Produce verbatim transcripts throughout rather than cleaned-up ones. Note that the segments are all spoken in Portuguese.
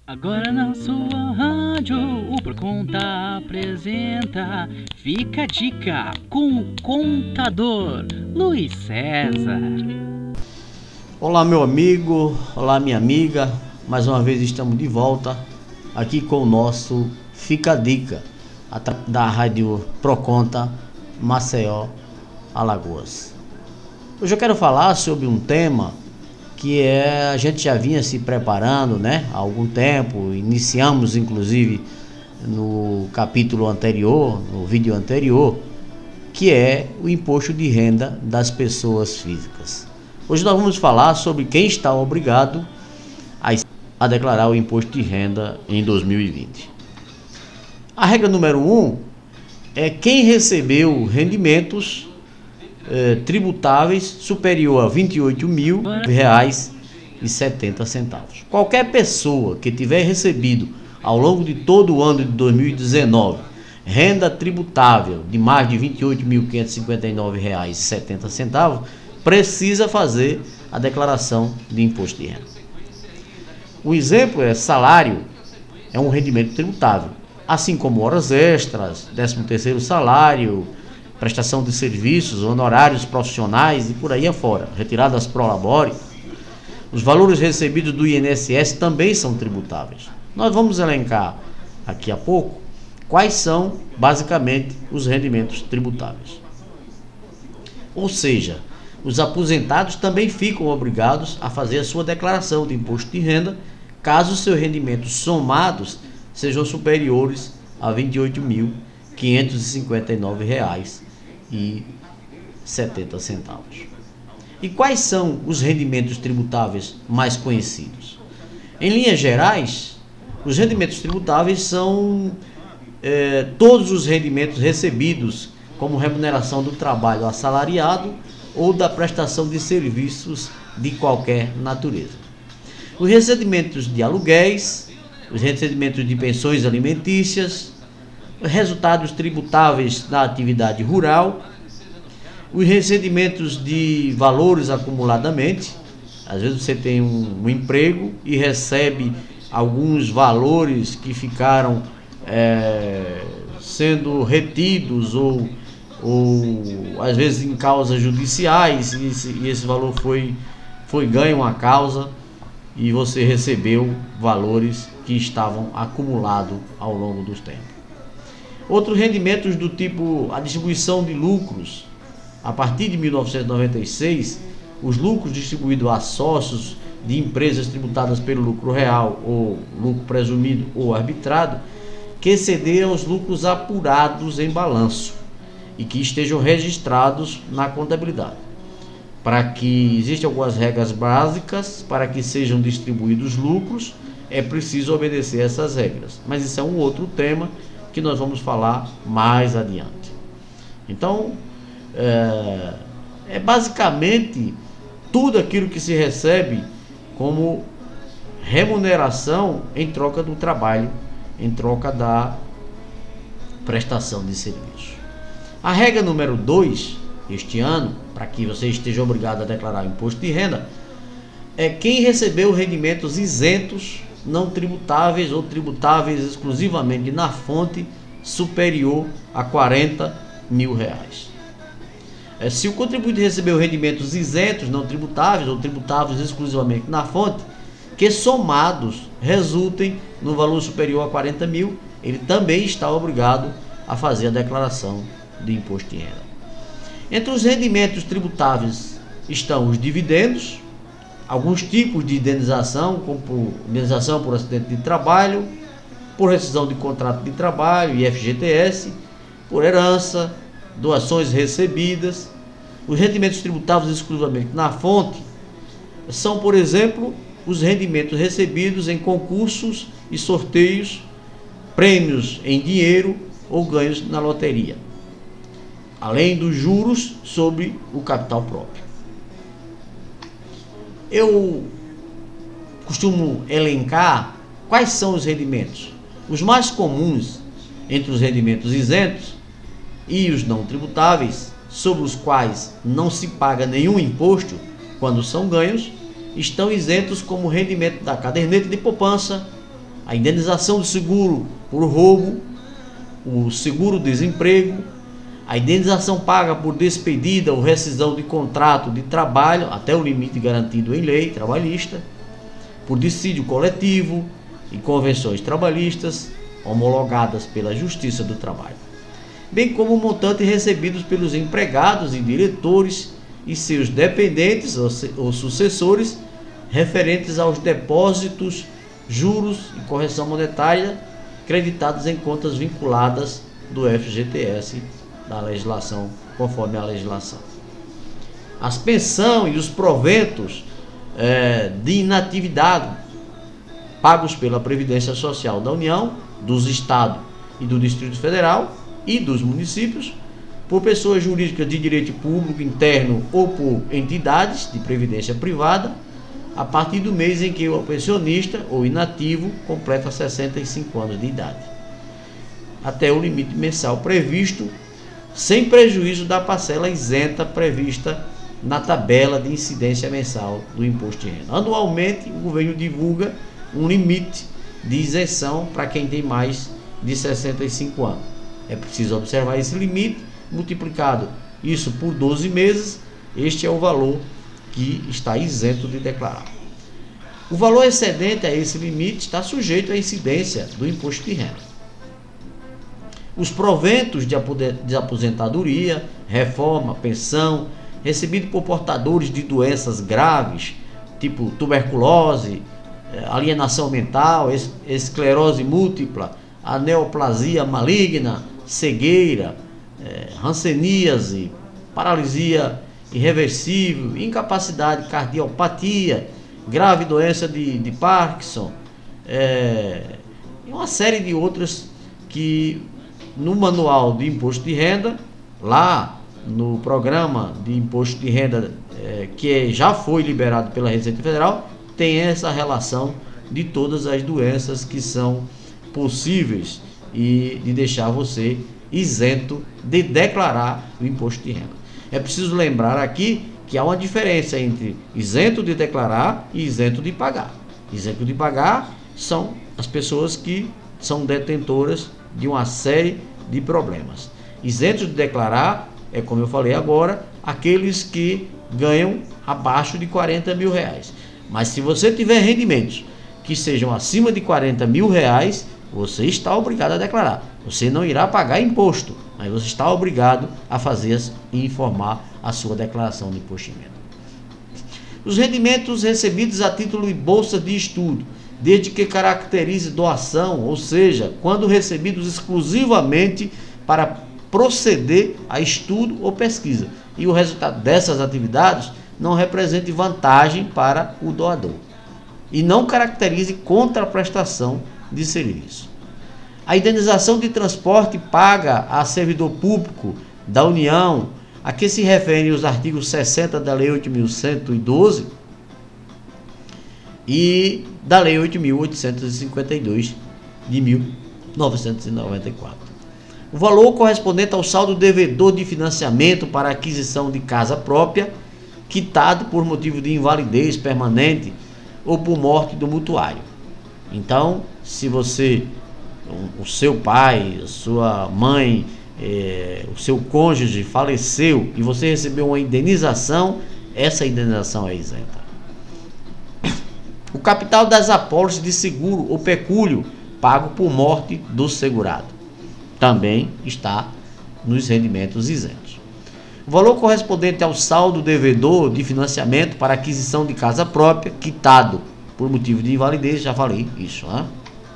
Agora na sua rádio, o Por Conta apresenta Fica a Dica com o contador Luiz César. Olá meu amigo, olá minha amiga, mais uma vez estamos de volta aqui com o nosso Fica a Dica da rádio Por Conta Maceió, Alagoas. Hoje eu quero falar sobre um tema que é, a gente já vinha se preparando, né, há algum tempo. Iniciamos inclusive no capítulo anterior, no vídeo anterior, que é o imposto de renda das pessoas físicas. Hoje nós vamos falar sobre quem está obrigado a, a declarar o imposto de renda em dois mil e vinte. A regra número um é quem recebeu rendimentos eh, tributáveis superior a vinte e oito mil reais e setenta centavos. Qualquer pessoa que tiver recebido ao longo de todo o ano de dois mil e dezenove renda tributável de mais de vinte e oito mil quinhentos e cinquenta e nove reais e setenta centavos precisa fazer a declaração de imposto de renda. O exemplo é salário, é um rendimento tributável, assim como horas extras, décimo terceiro salário, prestação de serviços, honorários profissionais e por aí afora, retiradas pro labore. Os valores recebidos do I N S S também são tributáveis. Nós vamos elencar aqui a pouco quais são basicamente os rendimentos tributáveis. Ou seja, os aposentados também ficam obrigados a fazer a sua declaração de imposto de renda, caso seus rendimentos somados sejam superiores a vinte e oito mil quinhentos e cinquenta e nove reais e setenta centavos. E quais são os rendimentos tributáveis mais conhecidos? Em linhas gerais, os rendimentos tributáveis são eh, todos os rendimentos recebidos como remuneração do trabalho assalariado ou da prestação de serviços de qualquer natureza. Os recebimentos de aluguéis, os recebimentos de pensões alimentícias, resultados tributáveis na atividade rural, os recebimentos de valores acumuladamente. Às vezes você tem um, um emprego e recebe alguns valores que ficaram é, sendo retidos ou, ou às vezes em causas judiciais, e esse, e esse valor foi, foi ganho a causa e você recebeu valores que estavam acumulados ao longo dos tempos. Outros rendimentos do tipo a distribuição de lucros. A partir de mil novecentos e noventa e seis, os lucros distribuídos a sócios de empresas tributadas pelo lucro real ou lucro presumido ou arbitrado, que excedem os lucros apurados em balanço e que estejam registrados na contabilidade. Para que existam algumas regras básicas para que sejam distribuídos lucros, é preciso obedecer essas regras. Mas isso é um outro tema que nós vamos falar mais adiante. Então, é, é basicamente tudo aquilo que se recebe como remuneração em troca do trabalho, em troca da prestação de serviço. A regra número dois, este ano, para que você esteja obrigado a declarar imposto de renda, é quem recebeu rendimentos isentos, não tributáveis ou tributáveis exclusivamente na fonte superior a quarenta mil reais. É, se o contribuinte recebeu rendimentos isentos, não tributáveis ou tributáveis exclusivamente na fonte, que somados resultem no valor superior a quarenta mil, ele também está obrigado a fazer a declaração de imposto de renda. Entre os rendimentos tributáveis estão os dividendos, alguns tipos de indenização, como por indenização por acidente de trabalho, por rescisão de contrato de trabalho, I F G T S, por herança, doações recebidas. Os rendimentos tributáveis exclusivamente na fonte são, por exemplo, os rendimentos recebidos em concursos e sorteios, prêmios em dinheiro ou ganhos na loteria, além dos juros sobre o capital próprio. Eu costumo elencar quais são os rendimentos. Os mais comuns entre os rendimentos isentos e os não tributáveis, sobre os quais não se paga nenhum imposto quando são ganhos, estão isentos como rendimento da caderneta de poupança, a indenização do seguro por roubo, o seguro-desemprego, a indenização paga por despedida ou rescisão de contrato de trabalho até o limite garantido em lei trabalhista, por dissídio coletivo e convenções trabalhistas homologadas pela Justiça do Trabalho, bem como o montante recebidos pelos empregados e diretores e seus dependentes ou sucessores referentes aos depósitos, juros e correção monetária creditados em contas vinculadas do F G T S da legislação, conforme a legislação. As pensões e os proventos é, de inatividade pagos pela Previdência Social da União, dos Estados e do Distrito Federal e dos municípios, por pessoas jurídicas de direito público interno ou por entidades de previdência privada, a partir do mês em que o pensionista ou inativo completa sessenta e cinco anos de idade, até o limite mensal previsto, sem prejuízo da parcela isenta prevista na tabela de incidência mensal do imposto de renda. Anualmente, o governo divulga um limite de isenção para quem tem mais de sessenta e cinco anos. É preciso observar esse limite, multiplicado isso por doze meses, este é o valor que está isento de declarar. O valor excedente a esse limite está sujeito à incidência do imposto de renda. Os proventos de aposentadoria, reforma, pensão, recebidos por portadores de doenças graves, tipo tuberculose, alienação mental, esclerose múltipla, aneoplasia maligna, cegueira, hanseníase, paralisia irreversível, incapacidade, cardiopatia, grave doença de, de Parkinson, é, e uma série de outras que no manual de imposto de renda, lá no programa de imposto de renda é, que já foi liberado pela Receita Federal, tem essa relação de todas as doenças que são possíveis e de deixar você isento de declarar o imposto de renda. É preciso lembrar aqui que há uma diferença entre isento de declarar e isento de pagar. Isento de pagar são as pessoas que são detentoras de uma série de problemas. Isento de declarar é, como eu falei agora, aqueles que ganham abaixo de quarenta mil reais. Mas se você tiver rendimentos que sejam acima de quarenta mil reais, você está obrigado a declarar. Você não irá pagar imposto, mas você está obrigado a fazer e informar a sua declaração de imposto de renda. Os rendimentos recebidos a título de bolsa de estudo, desde que caracterize doação, ou seja, quando recebidos exclusivamente para proceder a estudo ou pesquisa, e o resultado dessas atividades não represente vantagem para o doador, e não caracterize contraprestação de serviço. A indenização de transporte paga a servidor público da União, a que se referem os artigos sessenta da Lei oito mil cento e doze e da Lei oito mil oitocentos e cinquenta e dois de mil novecentos e noventa e quatro. O valor correspondente ao saldo devedor de financiamento para aquisição de casa própria, quitado por motivo de invalidez permanente ou por morte do mutuário. Então, se você, o seu pai, a sua mãe, é, o seu cônjuge faleceu e você recebeu uma indenização, essa indenização é isenta. O capital das apólices de seguro ou pecúlio pago por morte do segurado também está nos rendimentos isentos. O valor correspondente ao saldo devedor de financiamento para aquisição de casa própria, quitado por motivo de invalidez, já falei isso, né?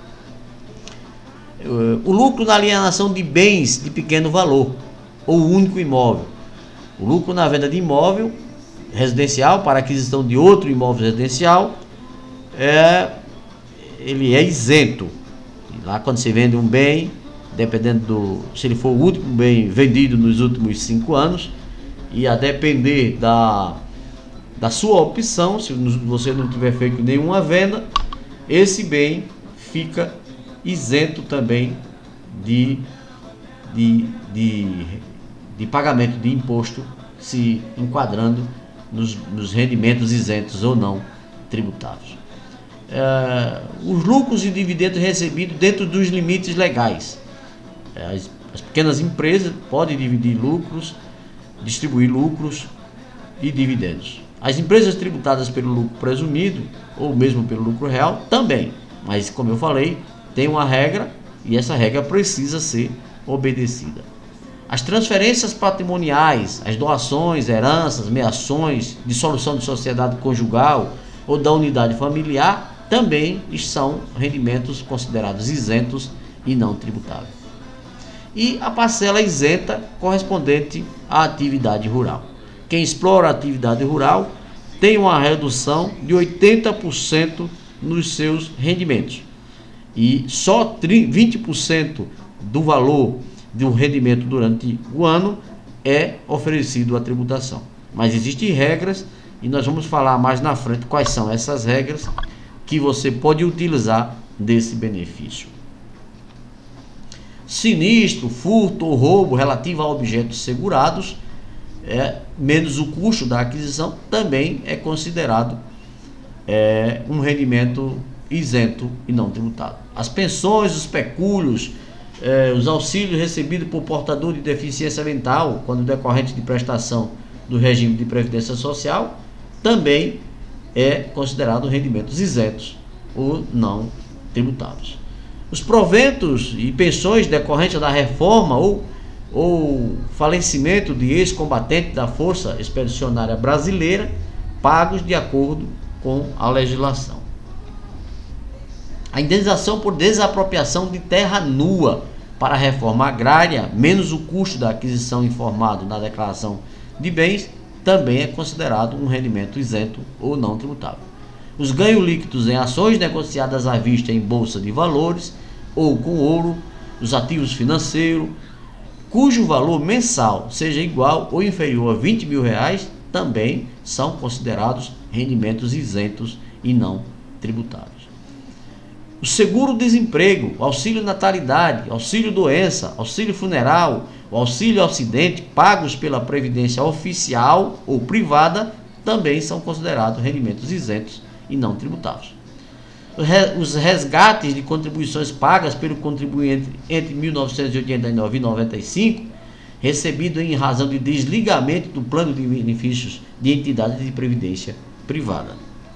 O lucro na alienação de bens de pequeno valor ou único imóvel. O lucro na venda de imóvel residencial para aquisição de outro imóvel residencial, é, ele é isento. Lá quando se vende um bem, dependendo do, se ele for o último bem vendido nos últimos cinco anos, e a depender da, da sua opção, se você não tiver feito nenhuma venda, esse bem fica isento também de, de, de, de pagamento de imposto, se enquadrando nos, nos rendimentos isentos ou não tributáveis. é, os lucros e dividendos recebidos dentro dos limites legais. É, as, as pequenas empresas podem dividir lucros, distribuir lucros e dividendos. As empresas tributadas pelo lucro presumido ou mesmo pelo lucro real também, mas como eu falei, tem uma regra e essa regra precisa ser obedecida. As transferências patrimoniais, as doações, heranças, meações, dissolução de sociedade conjugal ou da unidade familiar também são rendimentos considerados isentos e não tributáveis. E a parcela isenta correspondente à atividade rural. Quem explora a atividade rural tem uma redução de oitenta por cento nos seus rendimentos. E só vinte por cento do valor do rendimento durante o ano é oferecido à tributação. Mas existem regras e nós vamos falar mais na frente quais são essas regras que você pode utilizar desse benefício. Sinistro, furto ou roubo relativo a objetos segurados, é, menos o custo da aquisição, também é considerado é, um rendimento isento e não tributado. As pensões, os pecúlios, é, os auxílios recebidos por portador de deficiência mental, quando decorrente de prestação do regime de previdência social, também é considerado rendimentos isentos ou não tributados. Os proventos e pensões decorrentes da reforma ou, ou falecimento de ex-combatente da Força Expedicionária Brasileira, pagos de acordo com a legislação. A indenização por desapropriação de terra nua para a reforma agrária, menos o custo da aquisição informado na declaração de bens, também é considerado um rendimento isento ou não tributável. Os ganhos líquidos em ações negociadas à vista em bolsa de valores ou com ouro, os ativos financeiros, cujo valor mensal seja igual ou inferior a vinte mil reais, também são considerados rendimentos isentos e não tributáveis. O seguro-desemprego, o auxílio natalidade, auxílio doença, auxílio funeral, o auxílio acidente pagos pela previdência oficial ou privada também são considerados rendimentos isentos e não tributáveis. Os resgates de contribuições pagas pelo contribuinte entre mil novecentos e oitenta e nove e noventa e cinco, recebido em razão de desligamento do plano de benefícios de entidade de previdência privada.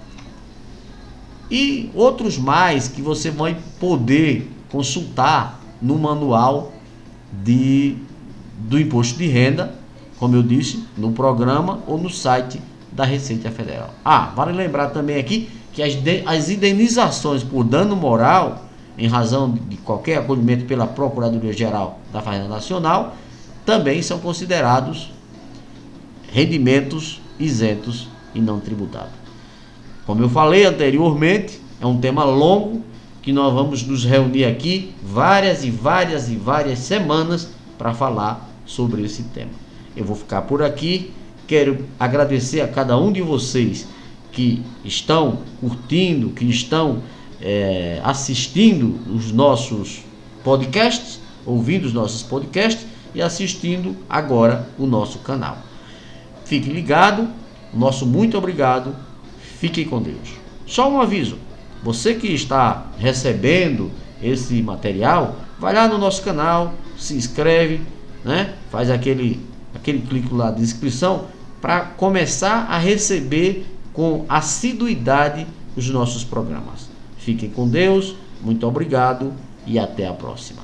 E outros mais que você vai poder consultar no manual de, do Imposto de Renda, como eu disse, no programa ou no site da Receita Federal. Ah, vale lembrar também aqui que as, de, as indenizações por dano moral, em razão de qualquer acolhimento pela Procuradoria-Geral da Fazenda Nacional, também são considerados rendimentos isentos e não tributáveis. Como eu falei anteriormente, é um tema longo que nós vamos nos reunir aqui várias e várias e várias semanas para falar sobre esse tema. Eu vou ficar por aqui, quero agradecer a cada um de vocês que estão curtindo, que estão é, assistindo os nossos podcasts, ouvindo os nossos podcasts e assistindo agora o nosso canal. Fique ligado, nosso muito obrigado. Fiquem com Deus. Só um aviso, você que está recebendo esse material, vai lá no nosso canal, se inscreve, né? Faz aquele, aquele clique lá de inscrição para começar a receber com assiduidade os nossos programas. Fiquem com Deus, muito obrigado e até a próxima.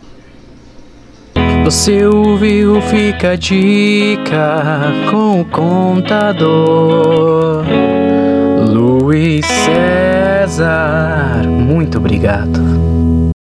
Você ouviu Fica a Dica com o contador Luiz César. Muito obrigado.